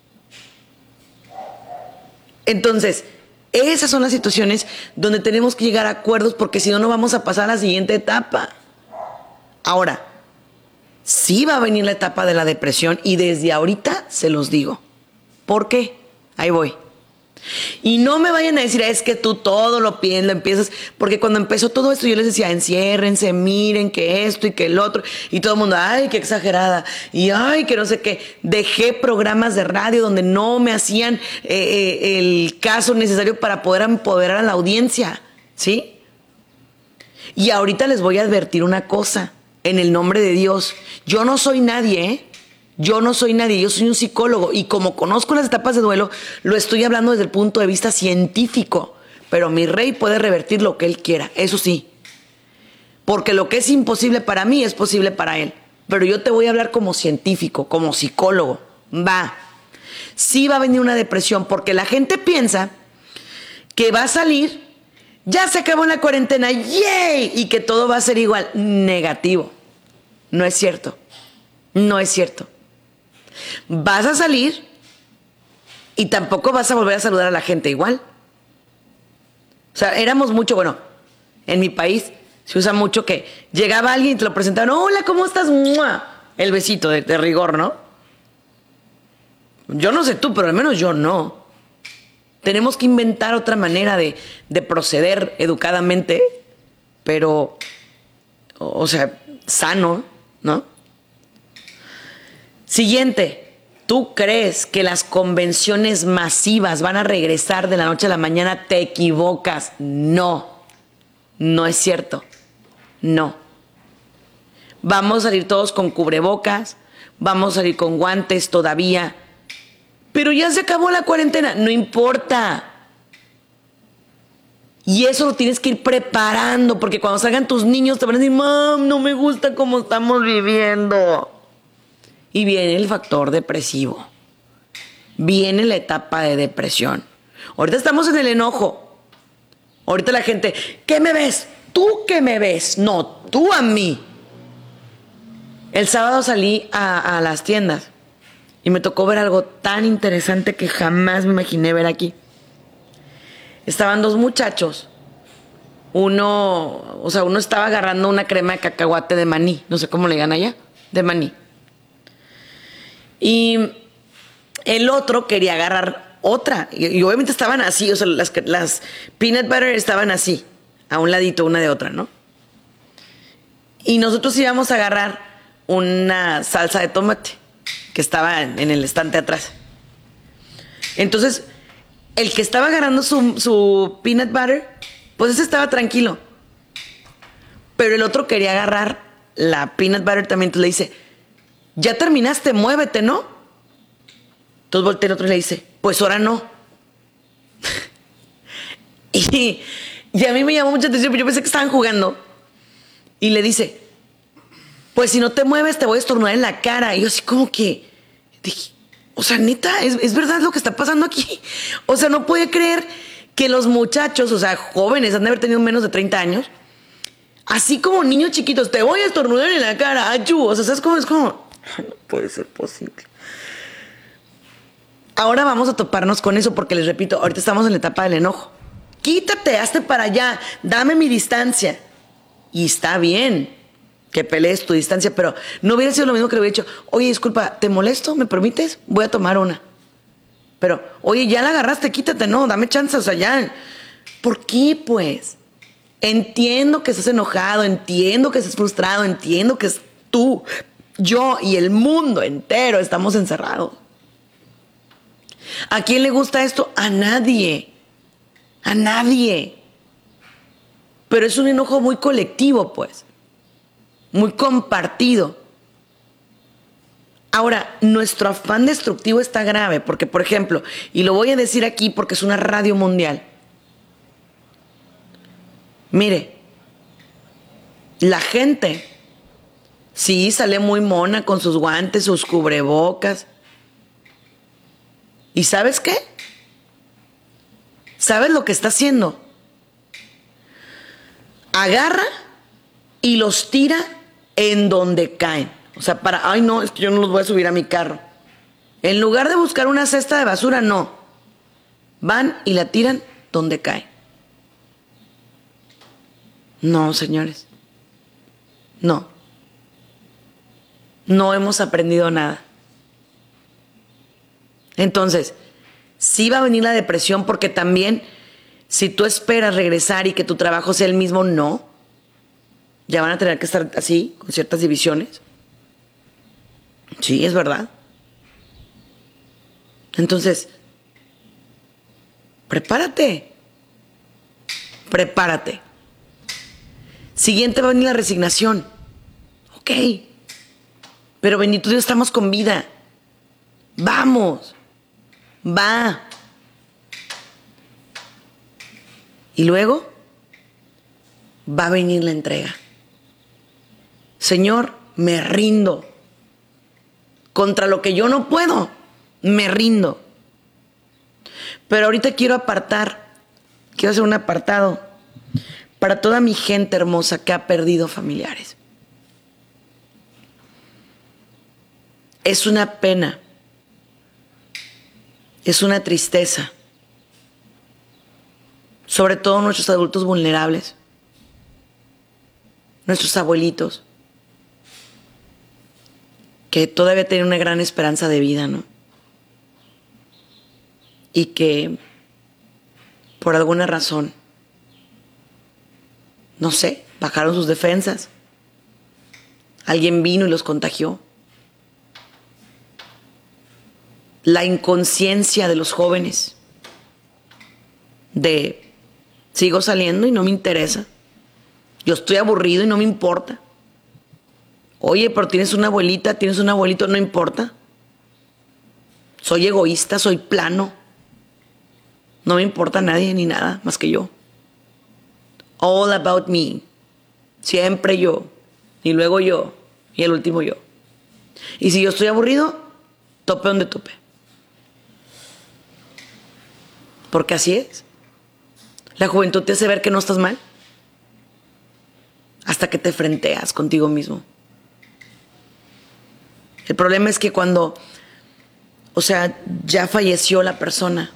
Entonces, esas son las situaciones donde tenemos que llegar a acuerdos, porque si no, no vamos a pasar a la siguiente etapa. Ahora, sí va a venir la etapa de la depresión y desde ahorita se los digo. ¿Por qué? Ahí voy. Y no me vayan a decir, es que tú todo lo piensas, lo empiezas, porque cuando empezó todo esto yo les decía, enciérrense, miren que esto y que el otro, y todo el mundo, ay, qué exagerada, y ay, que no sé qué. Dejé programas de radio donde no me hacían eh, eh, el caso necesario para poder empoderar a la audiencia, ¿sí? Y ahorita les voy a advertir una cosa, en el nombre de Dios, yo no soy nadie, ¿eh? Yo no soy nadie, yo soy un psicólogo y como conozco las etapas de duelo, lo estoy hablando desde el punto de vista científico. Pero mi rey puede revertir lo que él quiera, eso sí. Porque lo que es imposible para mí es posible para él. Pero yo te voy a hablar como científico, como psicólogo. Va. Sí va a venir una depresión porque la gente piensa que va a salir, ya se acabó la cuarentena, ¡yay! Y que todo va a ser igual. Negativo. No es cierto. No es cierto. Vas a salir y tampoco vas a volver a saludar a la gente igual. O sea, éramos mucho, bueno, en mi país se usa mucho que llegaba alguien y te lo presentaban, hola, ¿cómo estás? ¡Mua! El besito de, de rigor, ¿no? Yo no sé tú, pero al menos yo no. Tenemos que inventar otra manera de, de proceder educadamente, pero, o sea, sano, ¿no? Siguiente, ¿tú crees que las convenciones masivas van a regresar de la noche a la mañana? Te equivocas. No, no es cierto. No. Vamos a salir todos con cubrebocas, vamos a salir con guantes todavía, pero ya se acabó la cuarentena, no importa. Y eso lo tienes que ir preparando, porque cuando salgan tus niños te van a decir, mam, no me gusta cómo estamos viviendo. Y viene el factor depresivo. Viene la etapa de depresión. Ahorita estamos en el enojo. Ahorita la gente, ¿qué me ves? ¿Tú qué me ves? No, tú a mí. El sábado salí a, a las tiendas y me tocó ver algo tan interesante que jamás me imaginé ver aquí. Estaban dos muchachos. Uno, o sea, uno estaba agarrando una crema de cacahuate de maní. No sé cómo le digan allá. De maní. Y el otro quería agarrar otra. Y, y obviamente estaban así, o sea, las, las peanut butter estaban así, a un ladito una de otra, ¿no? Y nosotros íbamos a agarrar una salsa de tomate que estaba en, en el estante atrás. Entonces, el que estaba agarrando su, su peanut butter, pues ese estaba tranquilo. Pero el otro quería agarrar la peanut butter también. Entonces le dice, ya terminaste, muévete, ¿no? Entonces voltea el otro y le dice, pues ahora no. y, y a mí me llamó mucha atención, porque yo pensé que estaban jugando. Y le dice, pues si no te mueves te voy a estornudar en la cara. Y yo así como que, dije, o sea, neta, ¿es, es verdad lo que está pasando aquí? O sea, no puede creer que los muchachos, o sea, jóvenes, han de haber tenido menos de treinta años, así como niños chiquitos, te voy a estornudar en la cara, ayú. O sea, ¿sabes cómo? Es como, no puede ser posible. Ahora vamos a toparnos con eso porque les repito, ahorita estamos en la etapa del enojo. Quítate, hazte para allá, dame mi distancia. Y está bien que pelees tu distancia, pero no hubiera sido lo mismo que le hubiera dicho, oye, disculpa, ¿te molesto? ¿Me permites? Voy a tomar una. Pero, oye, ya la agarraste, quítate, no, dame chance, o sea, ya. ¿Por qué, pues? Entiendo que estás enojado, entiendo que estás frustrado, entiendo que es tú, yo y el mundo entero estamos encerrados. ¿A quién le gusta esto? A nadie. A nadie. Pero es un enojo muy colectivo, pues. Muy compartido. Ahora, nuestro afán destructivo está grave, porque, por ejemplo, y lo voy a decir aquí porque es una radio mundial. Mire, la gente sí sale muy mona con sus guantes, sus cubrebocas. ¿Y sabes qué? ¿Sabes lo que está haciendo? Agarra y los tira en donde caen. O sea, para, ay no, es que yo no los voy a subir a mi carro. En lugar de buscar una cesta de basura, no. Van y la tiran donde cae. No, señores. No. No hemos aprendido nada. Entonces, Sí va a venir la depresión porque también si tú esperas regresar y que tu trabajo sea el mismo, no. Ya van a tener que estar así, con ciertas divisiones. Sí, es verdad. Entonces, prepárate. Prepárate. Siguiente va a venir la resignación. Ok. Pero bendito Dios, estamos con vida. Vamos. Va. Y luego va a venir la entrega. Señor, me rindo. Contra lo que yo no puedo, me rindo. Pero ahorita quiero apartar, quiero hacer un apartado para toda mi gente hermosa que ha perdido familiares. Es una pena, es una tristeza, sobre todo nuestros adultos vulnerables, nuestros abuelitos, que todavía tienen una gran esperanza de vida, ¿no? Y que por alguna razón, no sé, bajaron sus defensas. Alguien vino y los contagió. La inconsciencia de los jóvenes de sigo saliendo y no me interesa. Yo estoy aburrido y no me importa. Oye, pero tienes una abuelita, tienes un abuelito, no importa. Soy egoísta, soy plano. No me importa nadie ni nada más que yo. All about me. Siempre yo. Y luego yo. Y el último yo. Y si yo estoy aburrido, tope donde tope. Porque así es. La juventud te hace ver que no estás mal. Hasta que te frenteas contigo mismo. El problema es que cuando, o sea, ya falleció la persona,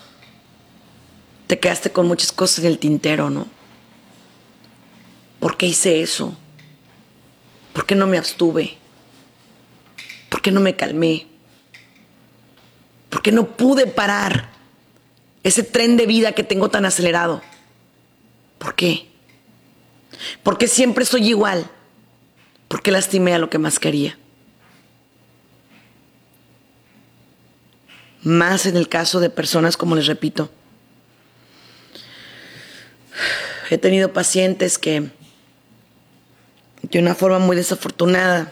te quedaste con muchas cosas en el tintero, ¿no? ¿Por qué hice eso? ¿Por qué no me abstuve? ¿Por qué no me calmé? ¿Por qué no pude parar ese tren de vida que tengo tan acelerado? ¿Por qué? ¿Por qué siempre soy igual? ¿Por qué lastimé a lo que más quería? Más en el caso de personas, como les repito, he tenido pacientes que de una forma muy desafortunada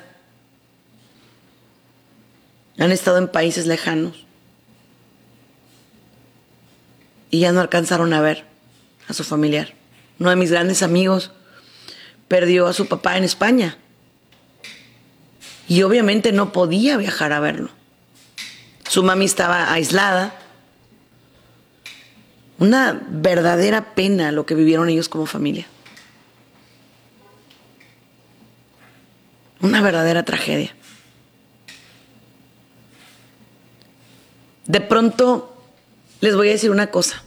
han estado en países lejanos y ya no alcanzaron a ver a su familiar. Uno de mis grandes amigos perdió a su papá en España y obviamente no podía viajar a verlo. Su mami estaba aislada. Una verdadera pena lo que vivieron ellos como familia. Una verdadera tragedia. De pronto, les voy a decir una cosa.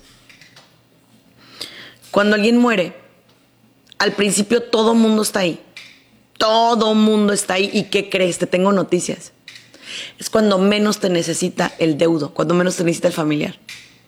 Cuando alguien muere, al principio todo mundo está ahí. Todo mundo está ahí. ¿Y qué crees? Te tengo noticias. Es cuando menos te necesita el deudo, cuando menos te necesita el familiar.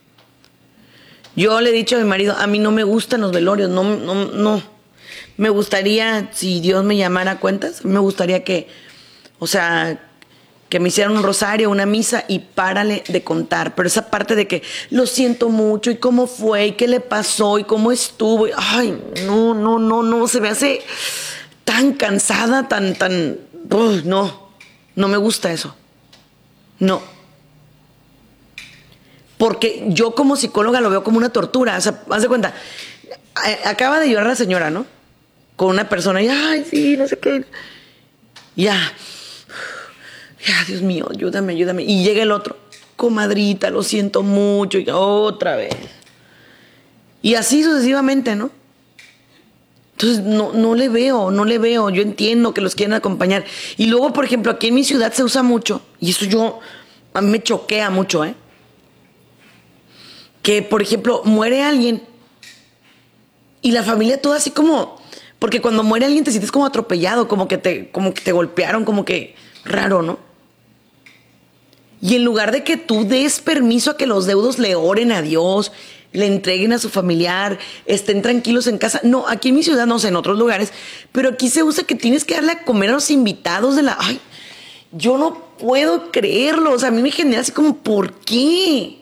Yo le he dicho a mi marido, a mí no me gustan los velorios, no, no, no. Me gustaría, si Dios me llamara a cuentas, me gustaría que, o sea, que me hicieran un rosario, una misa y párale de contar. Pero esa parte de que lo siento mucho y cómo fue y qué le pasó y cómo estuvo. Y, ay, no, no, no, no, se me hace tan cansada, tan, tan, uh, no, no me gusta eso. No. Porque yo como psicóloga lo veo como una tortura. O sea, haz de cuenta, acaba de llorar la señora, ¿no? Con una persona y, ay, sí, no sé qué. Ya. Ya, Dios mío, ayúdame, ayúdame. Y llega el otro. Comadrita, lo siento mucho. Y otra vez. Y así sucesivamente, ¿no? Entonces, no, no le veo, no le veo. Yo entiendo que los quieren acompañar. Y luego, por ejemplo, aquí en mi ciudad se usa mucho. Y eso yo, a mí me choquea mucho, ¿eh? Que, por ejemplo, muere alguien y la familia toda así como... Porque cuando muere alguien te sientes como atropellado, como que te, como que te golpearon, como que raro, ¿no? Y en lugar de que tú des permiso a que los deudos le oren a Dios, le entreguen a su familiar, estén tranquilos en casa. No, aquí en mi ciudad, no sé, en otros lugares, pero aquí se usa que tienes que darle a comer a los invitados de la... Ay, yo no puedo creerlo. O sea, a mí me genera así como, ¿por qué?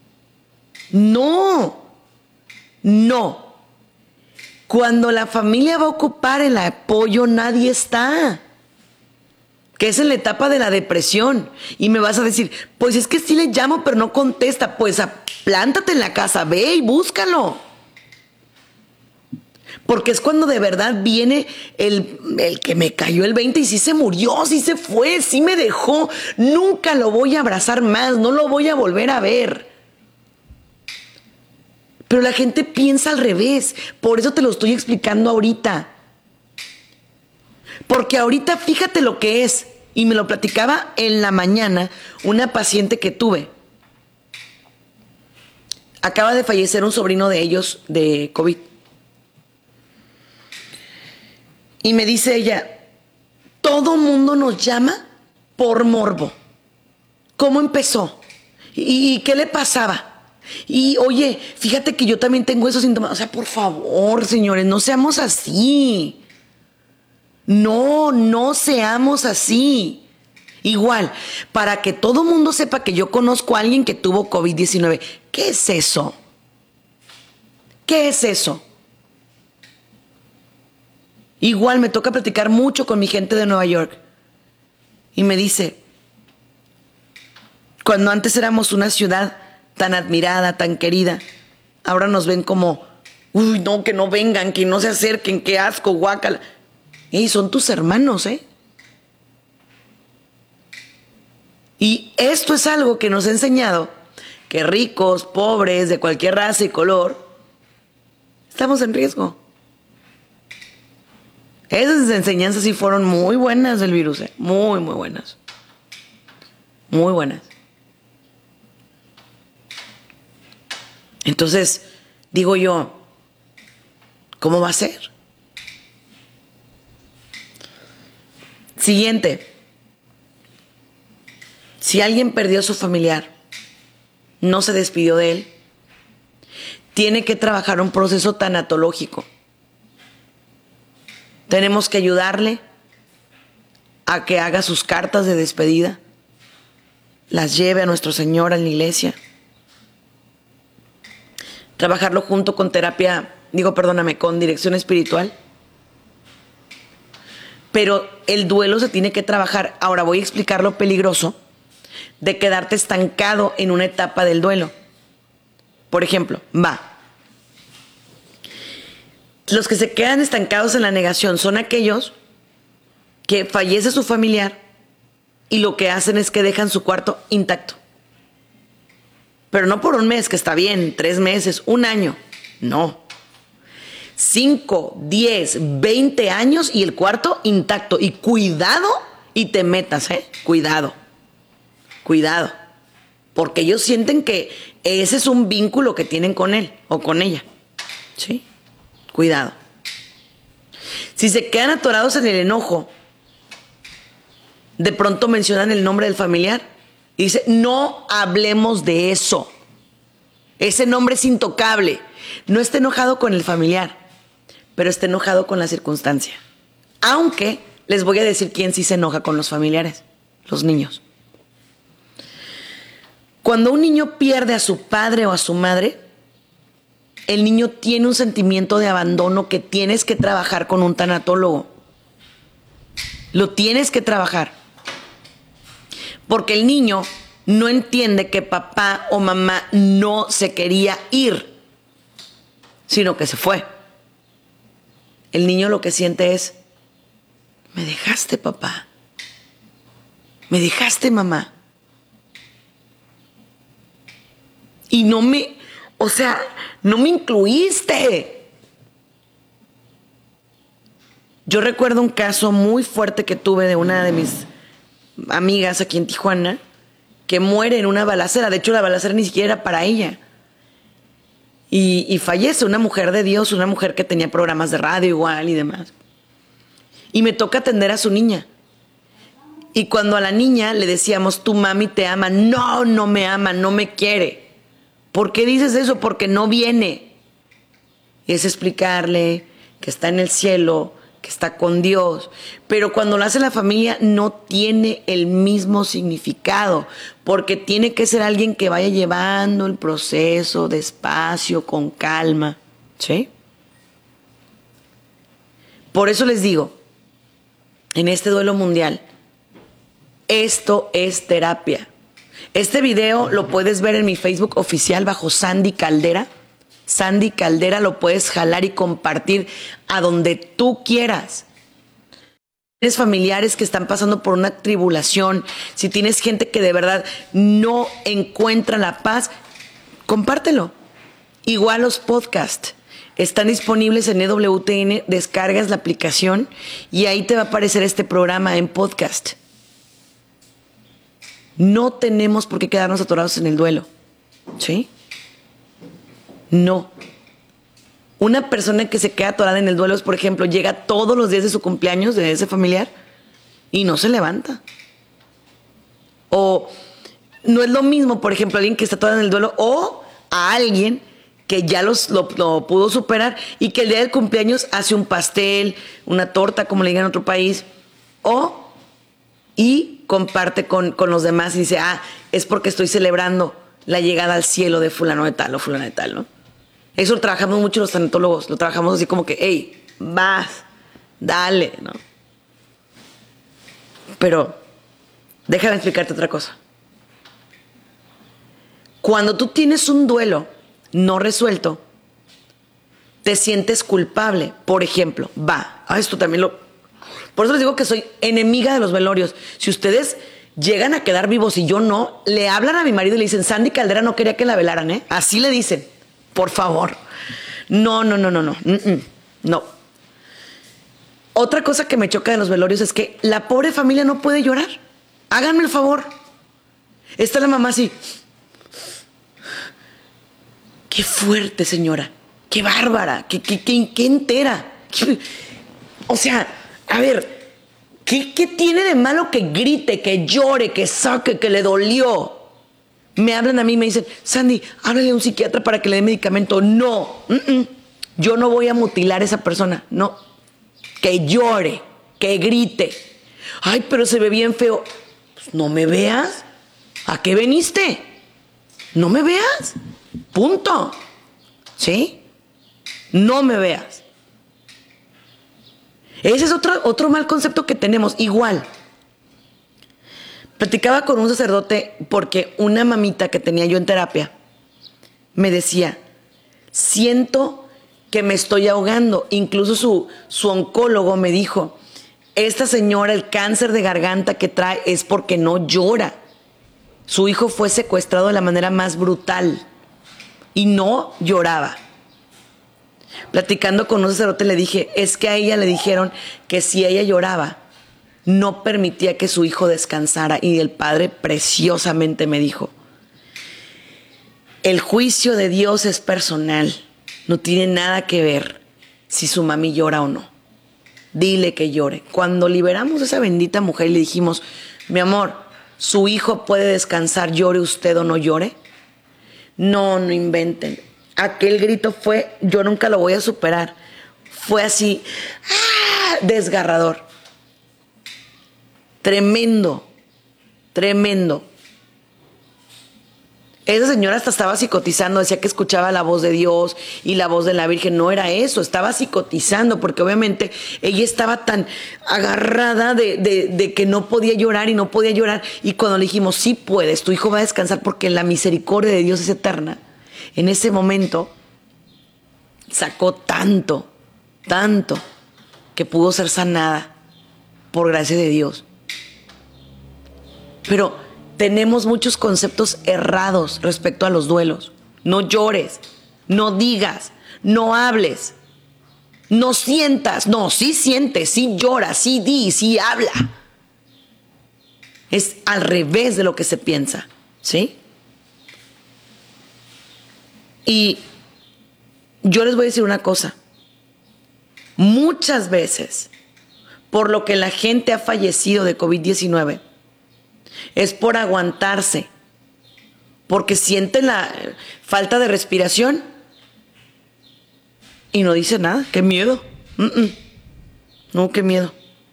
No, no. Cuando la familia va a ocupar el apoyo, nadie está. Que es en la etapa de la depresión. Y me vas a decir, pues es que sí le llamo, pero no contesta. Pues plántate en la casa, ve y búscalo. Porque es cuando de verdad viene el, el que me cayó el veinte y sí se murió, sí se fue, sí me dejó. Nunca lo voy a abrazar más, no lo voy a volver a ver. Pero la gente piensa al revés. Por eso te lo estoy explicando ahorita. Porque ahorita fíjate lo que es. Y me lo platicaba en la mañana una paciente que tuve. Acaba de fallecer un sobrino de ellos de COVID. Y me dice ella, todo mundo nos llama por morbo. ¿Cómo empezó? ¿Y, y qué le pasaba? Y oye, fíjate que yo también tengo esos síntomas. O sea, por favor, señores, no seamos así. No, no seamos así. Igual, para que todo mundo sepa que yo conozco a alguien que tuvo COVID diecinueve. ¿Qué es eso? ¿Qué es eso? Igual me toca platicar mucho con mi gente de Nueva York. Y me dice, cuando antes éramos una ciudad tan admirada, tan querida, ahora nos ven como, uy, no, que no vengan, que no se acerquen, qué asco, guácala. Y son tus hermanos, ¿eh? Y esto es algo que nos ha enseñado que ricos, pobres, de cualquier raza y color, estamos en riesgo. Esas enseñanzas sí fueron muy buenas del virus, ¿eh? Muy, muy buenas. Muy buenas. Entonces, digo yo, ¿cómo va a ser? Siguiente. Si alguien perdió a su familiar, no se despidió de él, tiene que trabajar un proceso tanatológico. Tenemos que ayudarle a que haga sus cartas de despedida, las lleve a nuestro Señor a la iglesia, trabajarlo junto con terapia, digo, perdóname, con dirección espiritual. Pero el duelo se tiene que trabajar. Ahora voy a explicar lo peligroso de quedarte estancado en una etapa del duelo. Por ejemplo, va. Los que se quedan estancados en la negación son aquellos que fallece su familiar y lo que hacen es que dejan su cuarto intacto. Pero no por un mes, que está bien, tres meses, un año. No. Cinco, diez, veinte años y el cuarto intacto. Y cuidado y te metas, ¿eh? Cuidado. Cuidado. Porque ellos sienten que ese es un vínculo que tienen con él o con ella. ¿Sí? Cuidado. Si se quedan atorados en el enojo, de pronto mencionan el nombre del familiar y dice, no hablemos de eso. Ese nombre es intocable. No esté enojado con el familiar, pero esté enojado con la circunstancia. Aunque les voy a decir quién sí se enoja con los familiares, los niños. Cuando un niño pierde a su padre o a su madre, el niño tiene un sentimiento de abandono que tienes que trabajar con un tanatólogo. Lo tienes que trabajar. Porque el niño no entiende que papá o mamá no se quería ir, sino que se fue. El niño lo que siente es, me dejaste, papá. Me dejaste, mamá. Y no me, o sea, no me incluiste. Yo recuerdo un caso muy fuerte que tuve de una de mis amigas aquí en Tijuana, que muere en una balacera. De hecho, la balacera ni siquiera era para ella. Y, y fallece, una mujer de Dios, una mujer que tenía programas de radio igual y demás. Y me toca atender a su niña. Y cuando a la niña le decíamos, tu mami te ama, no, no me ama, no me quiere. ¿Por qué dices eso? Porque no viene. Y es explicarle que está en el cielo, que está con Dios. Pero cuando lo hace la familia no tiene el mismo significado, porque tiene que ser alguien que vaya llevando el proceso despacio, con calma. ¿Sí? Por eso les digo, en este duelo mundial, esto es terapia. Este video lo puedes ver en mi Facebook oficial bajo Sandy Caldera. Sandy Caldera, lo puedes jalar y compartir a donde tú quieras. Tienes familiares que están pasando por una tribulación, si tienes gente que de verdad no encuentra la paz, compártelo. Igual los podcasts están disponibles en E W T N, descargas la aplicación y ahí te va a aparecer este programa en podcast. No tenemos por qué quedarnos atorados en el duelo, ¿sí? No. Una persona que se queda atorada en el duelo es, por ejemplo, llega todos los días de su cumpleaños de ese familiar y no se levanta. O no es lo mismo, por ejemplo, alguien que está atorado en el duelo o a alguien que ya los, lo, lo pudo superar y que el día del cumpleaños hace un pastel, una torta, como le digan en otro país, o y comparte con, con los demás y dice, ah, es porque estoy celebrando la llegada al cielo de fulano de tal o fulana de tal, ¿no? Eso lo trabajamos mucho los tanatólogos, lo trabajamos así como que, hey, vas, dale, ¿no? Pero déjame explicarte otra cosa. Cuando tú tienes un duelo no resuelto, te sientes culpable. Por ejemplo, va, ah, esto también lo... Por eso les digo que soy enemiga de los velorios. Si ustedes llegan a quedar vivos y yo no, le hablan a mi marido y le dicen, Sandy Caldera no quería que la velaran, ¿eh? Así le dicen, por favor. No, no, no, no, no, Mm-mm. no. Otra cosa que me choca de los velorios es que la pobre familia no puede llorar. Háganme el favor. Está la mamá así. Qué fuerte, señora. Qué bárbara. Qué, qué, qué, qué entera. Qué... O sea, a ver, ¿qué, ¿qué tiene de malo que grite, que llore, que saque, que le dolió? Me hablan a mí y me dicen, Sandy, háblale a un psiquiatra para que le dé medicamento. No, mm-mm. Yo no voy a mutilar a esa persona. No, que llore, que grite. Ay, pero se ve bien feo. Pues no me veas. ¿A qué veniste? No me veas. Punto. ¿Sí? No me veas. Ese es otro, otro mal concepto que tenemos. Igual. Platicaba con un sacerdote porque una mamita que tenía yo en terapia me decía, siento que me estoy ahogando. Incluso su, su oncólogo me dijo, esta señora, el cáncer de garganta que trae es porque no llora. Su hijo fue secuestrado de la manera más brutal y no lloraba. Platicando con un sacerdote le dije, es que a ella le dijeron que si ella lloraba, no permitía que su hijo descansara. Y el padre preciosamente me dijo, el juicio de Dios es personal, no tiene nada que ver si su mami llora o no. Dile que llore. Cuando liberamos a esa bendita mujer y le dijimos, mi amor, su hijo puede descansar, llore usted o no llore. No, no inventen. Aquel grito fue, yo nunca lo voy a superar. Fue así, ¡ah!, desgarrador. Tremendo, tremendo. Esa señora hasta estaba psicotizando, decía que escuchaba la voz de Dios y la voz de la Virgen. No era eso, estaba psicotizando porque obviamente ella estaba tan agarrada de, de, de que no podía llorar y no podía llorar. Y cuando le dijimos, sí puedes, tu hijo va a descansar porque la misericordia de Dios es eterna. En ese momento sacó tanto, tanto, que pudo ser sanada por gracia de Dios. Pero tenemos muchos conceptos errados respecto a los duelos. No llores, no digas, no hables, no sientas. No, sí sientes, sí llora, sí di, sí habla. Es al revés de lo que se piensa, ¿sí? Y yo les voy a decir una cosa. Muchas veces por lo que la gente ha fallecido de COVID diecinueve es por aguantarse, porque sienten la falta de respiración y no dicen nada. ¡Qué miedo! Mm-mm. No, qué miedo.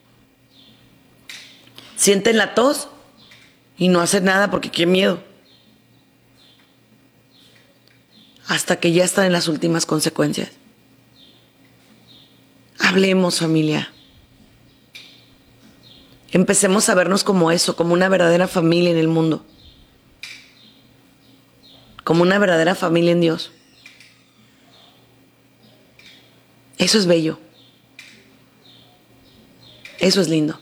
Sienten la tos y no hacen nada porque qué miedo. Hasta que ya están en las últimas consecuencias. Hablemos, familia. Empecemos a vernos como eso, como una verdadera familia en el mundo. Como una verdadera familia en Dios. Eso es bello. Eso es lindo.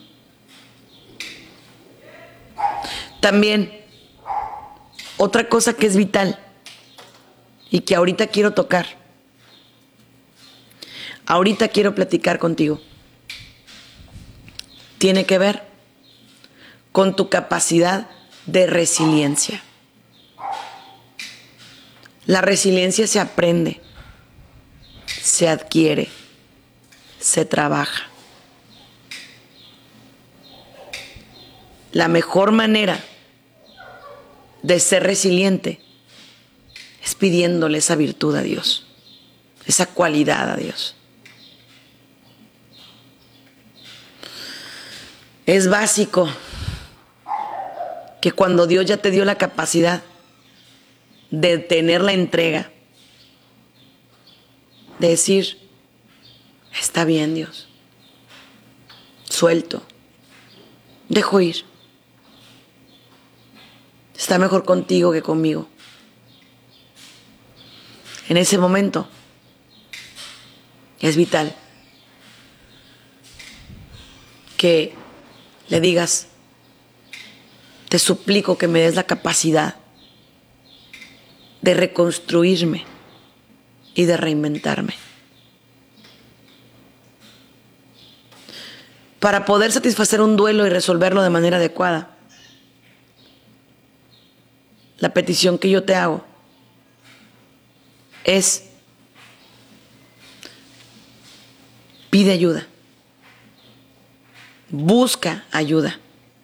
También, otra cosa que es vital y que ahorita quiero tocar. Ahorita quiero platicar contigo. Tiene que ver con tu capacidad de resiliencia. La resiliencia se aprende, se adquiere, se trabaja. La mejor manera de ser resiliente es pidiéndole esa virtud a Dios, esa cualidad a Dios. Es básico que cuando Dios ya te dio la capacidad de tener la entrega, de decir, está bien Dios, suelto, dejo ir. Está mejor contigo que conmigo. En ese momento es vital que le digas, te suplico que me des la capacidad de reconstruirme y de reinventarme. Para poder satisfacer un duelo y resolverlo de manera adecuada, la petición que yo te hago es, pide ayuda, busca ayuda,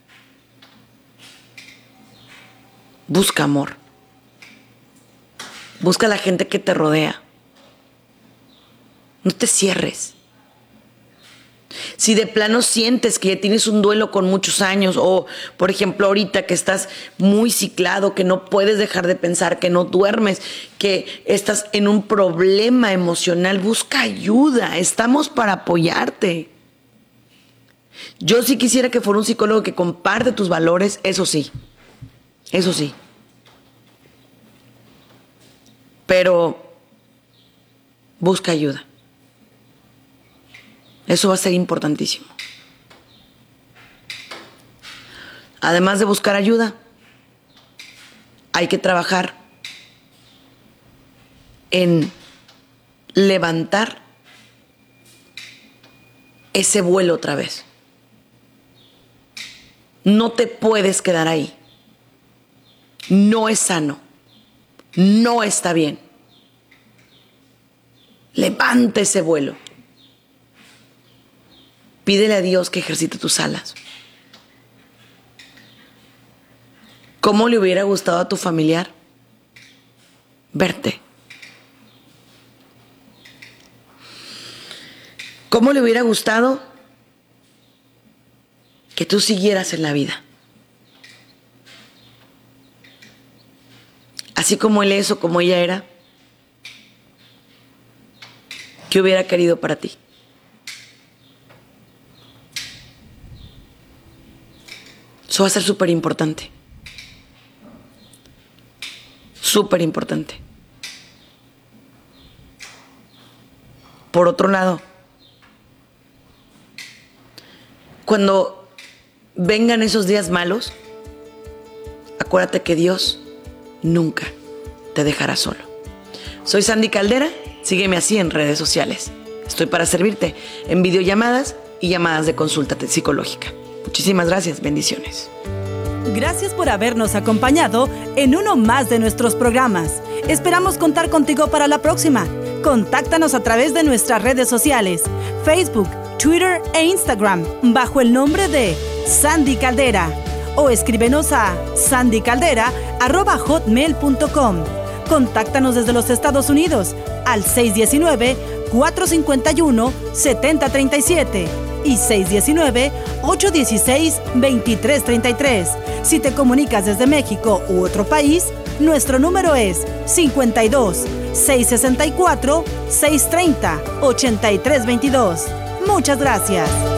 busca amor, busca a la gente que te rodea, no te cierres. Si de plano sientes que ya tienes un duelo con muchos años o, por ejemplo, ahorita que estás muy ciclado, que no puedes dejar de pensar, que no duermes, que estás en un problema emocional, busca ayuda. Estamos para apoyarte. Yo sí quisiera que fuera un psicólogo que comparte tus valores, eso sí, eso sí. Pero busca ayuda. Eso va a ser importantísimo. Además de buscar ayuda, hay que trabajar en levantar ese vuelo otra vez. No te puedes quedar ahí. No es sano. No está bien. Levanta ese vuelo. Pídele a Dios que ejercite tus alas. ¿Cómo le hubiera gustado a tu familiar verte? ¿Cómo le hubiera gustado que tú siguieras en la vida? Así como él es o como ella era, ¿qué hubiera querido para ti? Eso va a ser súper importante. Súper importante. Por otro lado, cuando vengan esos días malos, acuérdate que Dios nunca te dejará solo. Soy Sandy Caldera, sígueme así en redes sociales. Estoy para servirte en videollamadas y llamadas de consulta psicológica. Muchísimas gracias, bendiciones. Gracias por habernos acompañado en uno más de nuestros programas. Esperamos contar contigo para la próxima. Contáctanos a través de nuestras redes sociales, Facebook, Twitter e Instagram bajo el nombre de Sandy Caldera o escríbenos a sandy caldera arroba hotmail punto com. Contáctanos desde los Estados Unidos al seis uno nueve, cuatro cinco uno, siete cero tres siete y seis uno nueve, ocho uno seis, dos tres tres tres. Si te comunicas desde México u otro país, nuestro número es cincuenta y dos, seiscientos sesenta y cuatro, seiscientos treinta, ochenta y tres veintidós. Muchas gracias.